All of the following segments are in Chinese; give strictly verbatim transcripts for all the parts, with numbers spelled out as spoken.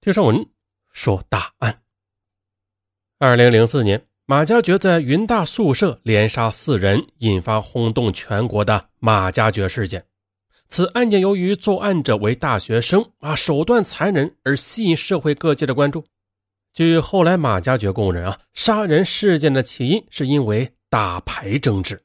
听上文说大案。二零零四年，马加爵在云大宿舍连杀四人，引发轰动全国的马加爵事件。此案件由于作案者为大学生啊，手段残忍而吸引社会各界的关注。据后来马加爵供认啊，杀人事件的起因是因为打牌争执。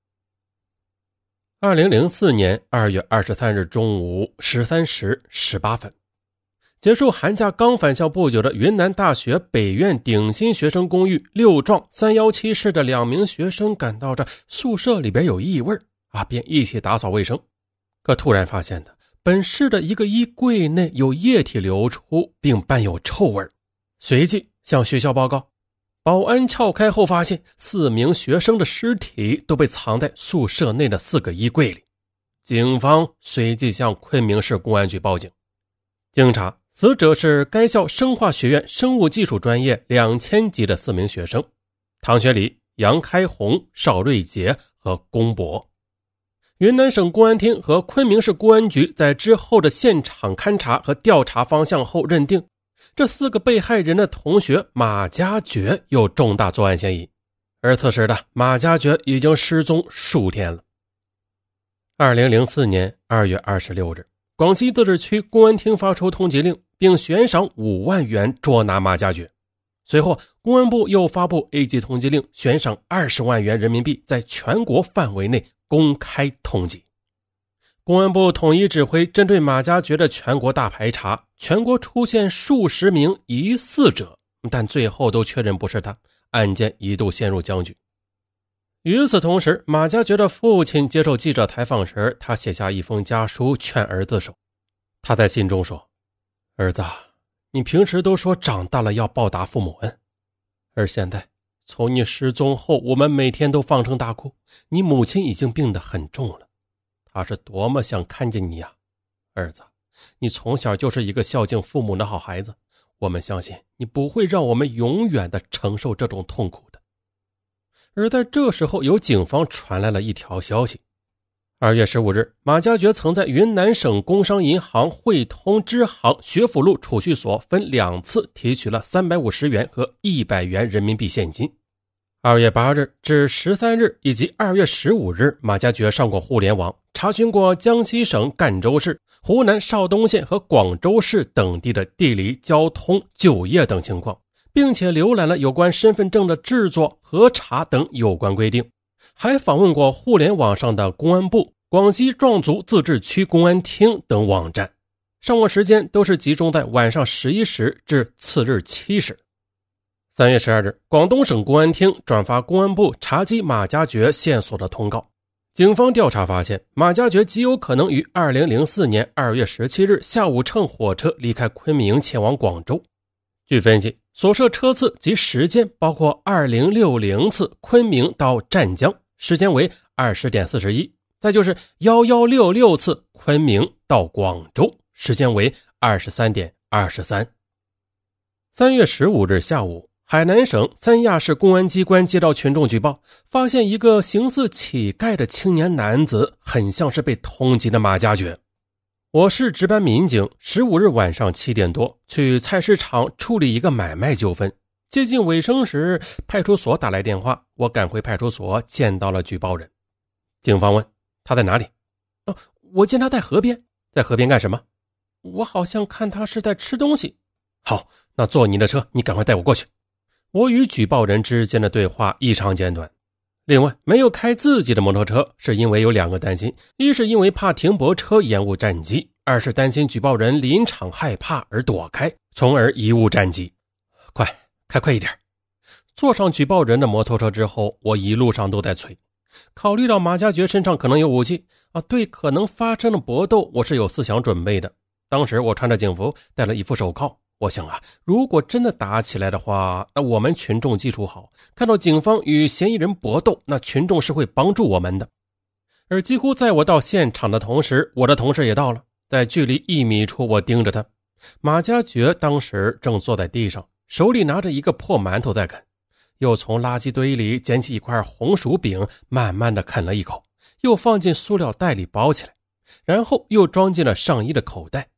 二零零四年二月二十三日中午十三时十八分，结束寒假刚返校不久的云南大学北院鼎新学生公寓六幢三一七室的两名学生感到这宿舍里边有异味啊，便一起打扫卫生。可突然发现的，本室的一个衣柜内有液体流出，并伴有臭味，随即向学校报告。保安撬开后发现四名学生的尸体都被藏在宿舍内的四个衣柜里。警方随即向昆明市公安局报警。经查，死者是该校生化学院生物技术专业两千级的四名学生：唐学礼、杨开红、邵瑞杰和龚博。云南省公安厅和昆明市公安局在之后的现场勘查和调查方向后认定，这四个被害人的同学马加爵有重大作案嫌疑，而此时的马加爵已经失踪数天了。二零零四年二月二十六日，广西自治区公安厅发出通缉令，并悬赏五万元捉拿马加爵。随后，公安部又发布 A 级通缉令，悬赏二十万元人民币，在全国范围内公开通缉。公安部统一指挥针对马加爵的全国大排查，全国出现数十名疑似者，但最后都确认不是他，案件一度陷入僵局。与此同时，马加爵的父亲接受记者采访时，他写下一封家书劝儿自首。他在信中说：儿子，你平时都说长大了要报答父母恩，而现在从你失踪后，我们每天都放声大哭，你母亲已经病得很重了，他是多么想看见你呀、啊、儿子，你从小就是一个孝敬父母的好孩子，我们相信你不会让我们永远的承受这种痛苦的。而在这时候，有警方传来了一条消息。二月十五日，马加爵曾在云南省工商银行汇通支行学府路储蓄所分两次提取了三百五十元和一百元人民币现金。二月八日至十三日以及二月十五日，马加爵上过互联网，查询过江西省赣州市、湖南邵东县和广州市等地的地理、交通、就业等情况，并且浏览了有关身份证的制作、核查等有关规定，还访问过互联网上的公安部、广西壮族自治区公安厅等网站，上网时间都是集中在晚上十一时至次日七时。三月十二日，广东省公安厅转发公安部查缉马加爵线索的通告。警方调查发现，马加爵极有可能于二零零四年二月十七日下午乘火车离开昆明前往广州。据分析，所涉车次及时间包括二零六零次昆明到湛江，时间为二十点四十一，再就是一一六六次昆明到广州，时间为二十三点二十三。三月十五日下午，海南省三亚市公安机关接到群众举报，发现一个形似乞丐的青年男子，很像是被通缉的马加爵。我市值班民警十五日晚上七点多去菜市场处理一个买卖纠纷，接近尾声时，派出所打来电话，我赶回派出所见到了举报人。警方问他在哪里？哦，我见他在河边。在河边干什么？我好像看他是在吃东西。好，那坐你的车，你赶快带我过去。我与举报人之间的对话异常简短。另外，没有开自己的摩托车，是因为有两个担心：一是因为怕停泊车延误战机，二是担心举报人临场害怕而躲开，从而贻误战机。快，开快一点。坐上举报人的摩托车之后，我一路上都在催。考虑到马加爵身上可能有武器啊，对可能发生的搏斗，我是有思想准备的。当时我穿着警服，戴了一副手铐。我想啊，如果真的打起来的话，那我们群众基础好，看到警方与嫌疑人搏斗，那群众是会帮助我们的。而几乎在我到现场的同时，我的同事也到了，在距离一米处，我盯着他。马加爵当时正坐在地上，手里拿着一个破馒头在啃，又从垃圾堆里捡起一块红薯饼，慢慢的啃了一口，又放进塑料袋里包起来，然后又装进了上衣的口袋。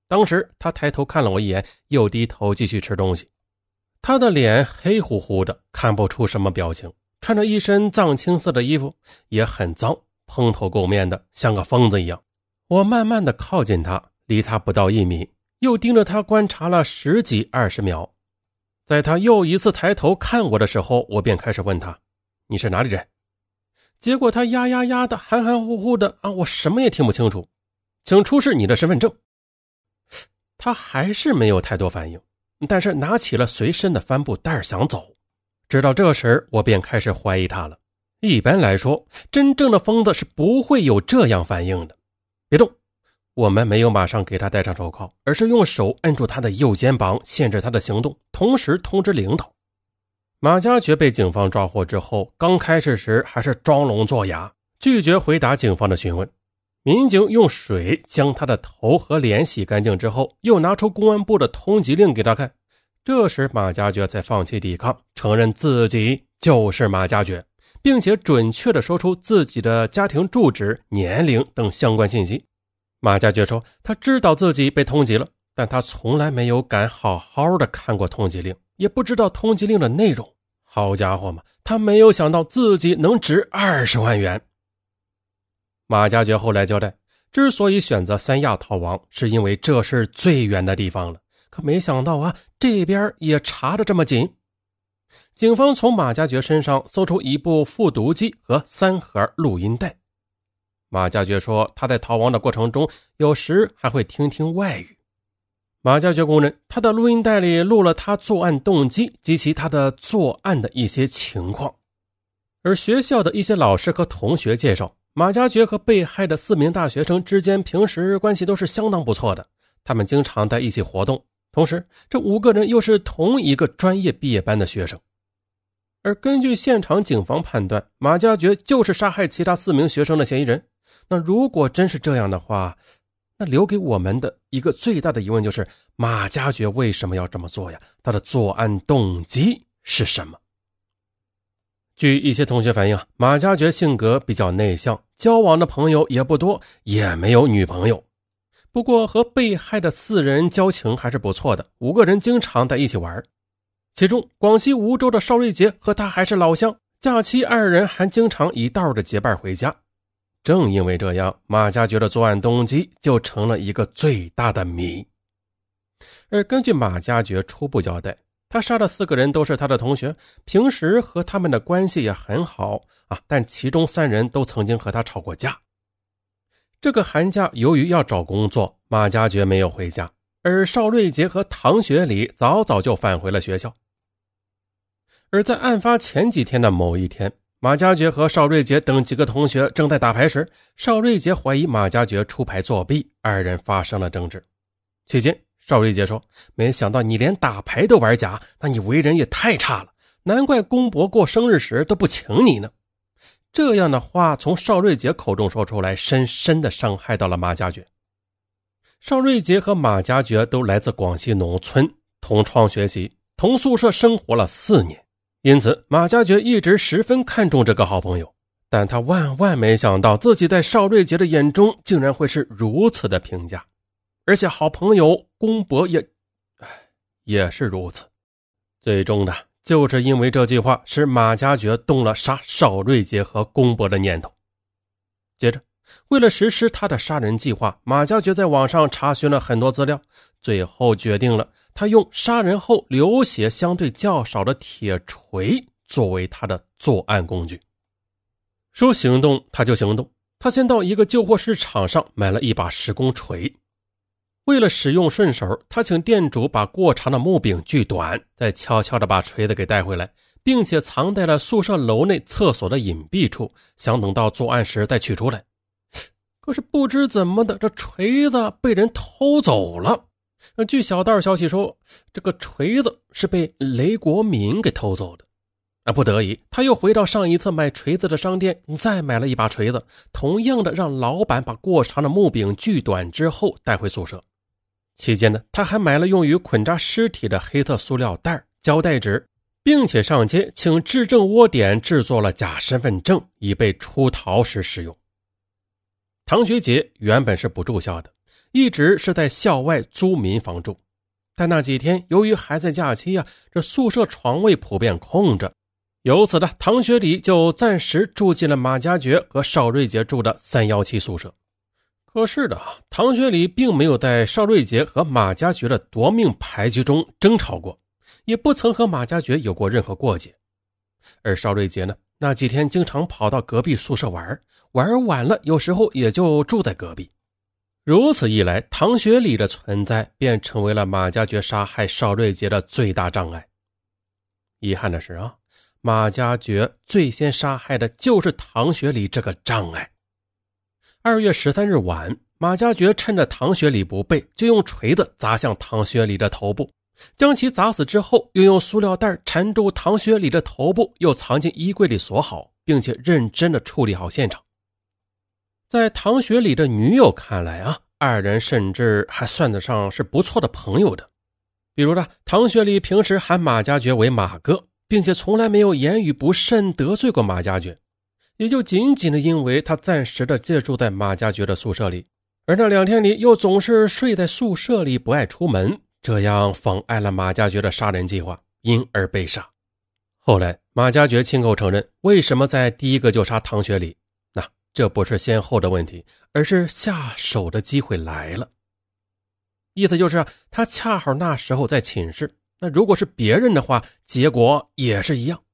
当时他抬头看了我一眼，又低头继续吃东西。他的脸黑乎乎的，看不出什么表情，穿着一身藏青色的衣服，也很脏，蓬头垢面的，像个疯子一样。我慢慢的靠近他，离他不到一米，又盯着他观察了十几二十秒。在他又一次抬头看我的时候，我便开始问他，你是哪里人？结果他呀呀呀的含含糊糊的啊，我什么也听不清楚。请出示你的身份证。他还是没有太多反应，但是拿起了随身的帆布袋想走。直到这时我便开始怀疑他了。一般来说，真正的疯子是不会有这样反应的。别动。我们没有马上给他戴上手铐，而是用手按住他的右肩膀，限制他的行动，同时通知领导。马加爵被警方抓获之后，刚开始时还是装聋作哑，拒绝回答警方的询问。民警用水将他的头和脸洗干净之后，又拿出公安部的通缉令给他看。这时马加爵才放弃抵抗，承认自己就是马加爵，并且准确地说出自己的家庭住址、年龄等相关信息。马加爵说他知道自己被通缉了，但他从来没有敢好好的看过通缉令，也不知道通缉令的内容。好家伙嘛，他没有想到自己能值二十万元。马加爵后来交代，之所以选择三亚逃亡，是因为这是最远的地方了。可没想到啊，这边也查得这么紧。警方从马加爵身上搜出一部复读机和三盒录音带。马加爵说他在逃亡的过程中，有时还会听听外语。马加爵供认，他的录音带里录了他作案动机及其他的作案的一些情况。而学校的一些老师和同学介绍，马加爵和被害的四名大学生之间平时关系都是相当不错的，他们经常在一起活动，同时这五个人又是同一个专业毕业班的学生。而根据现场警方判断，马加爵就是杀害其他四名学生的嫌疑人。那如果真是这样的话，那留给我们的一个最大的疑问就是，马加爵为什么要这么做呀？他的作案动机是什么？据一些同学反映，马加爵性格比较内向，交往的朋友也不多，也没有女朋友。不过和被害的四人交情还是不错的，五个人经常在一起玩。其中广西梧州的邵瑞杰和他还是老乡，假期二人还经常一道的结伴回家。正因为这样，马加爵的作案动机就成了一个最大的谜。而根据马加爵初步交代，他杀的四个人都是他的同学，平时和他们的关系也很好啊，但其中三人都曾经和他吵过架。这个寒假由于要找工作，马加爵没有回家，而邵瑞杰和唐学礼早早就返回了学校。而在案发前几天的某一天，马加爵和邵瑞杰等几个同学正在打牌时，邵瑞杰怀疑马加爵出牌作弊，二人发生了争执。期间邵瑞杰说，没想到你连打牌都玩假，那你为人也太差了，难怪公伯过生日时都不请你呢。这样的话从邵瑞杰口中说出来，深深地伤害到了马加爵。邵瑞杰和马加爵都来自广西农村，同窗学习，同宿舍生活了四年，因此马加爵一直十分看重这个好朋友。但他万万没想到自己在邵瑞杰的眼中竟然会是如此的评价，而且好朋友公伯也也是如此。最终的就是因为这句话，使马加爵动了杀邵瑞杰和公伯的念头。接着为了实施他的杀人计划，马加爵在网上查询了很多资料，最后决定了他用杀人后流血相对较少的铁锤作为他的作案工具。说行动他就行动，他先到一个旧货市场上买了一把石工锤。为了使用顺手，他请店主把过长的木柄锯短，再悄悄地把锤子给带回来，并且藏在了宿舍楼内厕所的隐蔽处，想等到作案时再取出来。可是不知怎么的，这锤子被人偷走了。据小道消息说，这个锤子是被雷国民给偷走的。啊，不得已，他又回到上一次买锤子的商店，再买了一把锤子，同样的让老板把过长的木柄锯短之后带回宿舍。期间呢，他还买了用于捆扎尸体的黑色塑料袋、胶带纸，并且上街请质证窝点制作了假身份证，以备出逃时使用。唐学杰原本是不住校的， 一直是在校外租民房住。但那几天由于孩子假期啊，这宿舍床位普遍空着，由此呢，唐学礼就暂时住进了马家爵和邵瑞杰住的三一七宿舍。可是呢，唐学礼并没有在邵瑞杰和马家爵的夺命牌局中争吵过，也不曾和马家爵有过任何过节。而邵瑞杰呢，那几天经常跑到隔壁宿舍玩，玩晚了有时候也就住在隔壁。如此一来，唐学礼的存在便成为了马家爵杀害邵瑞杰的最大障碍。遗憾的是啊，马家爵最先杀害的就是唐学礼这个障碍。二月十三日晚，马家爵趁着唐学礼不备，就用锤子砸向唐学礼的头部，将其砸死之后，又用塑料袋缠住唐学礼的头部，又藏进衣柜里锁好，并且认真地处理好现场。在唐学礼的女友看来啊，二人甚至还算得上是不错的朋友的。比如呢，唐学礼平时喊马家爵为马哥，并且从来没有言语不慎得罪过马家爵，也就仅仅的因为他暂时的借住在马家爵的宿舍里，而那两天里又总是睡在宿舍里不爱出门，这样妨碍了马家爵的杀人计划，因而被杀。后来马家爵亲口承认，为什么在第一个就杀唐学礼，那这不是先后的问题，而是下手的机会来了。意思就是啊，他恰好那时候在寝室，那如果是别人的话，结果也是一样。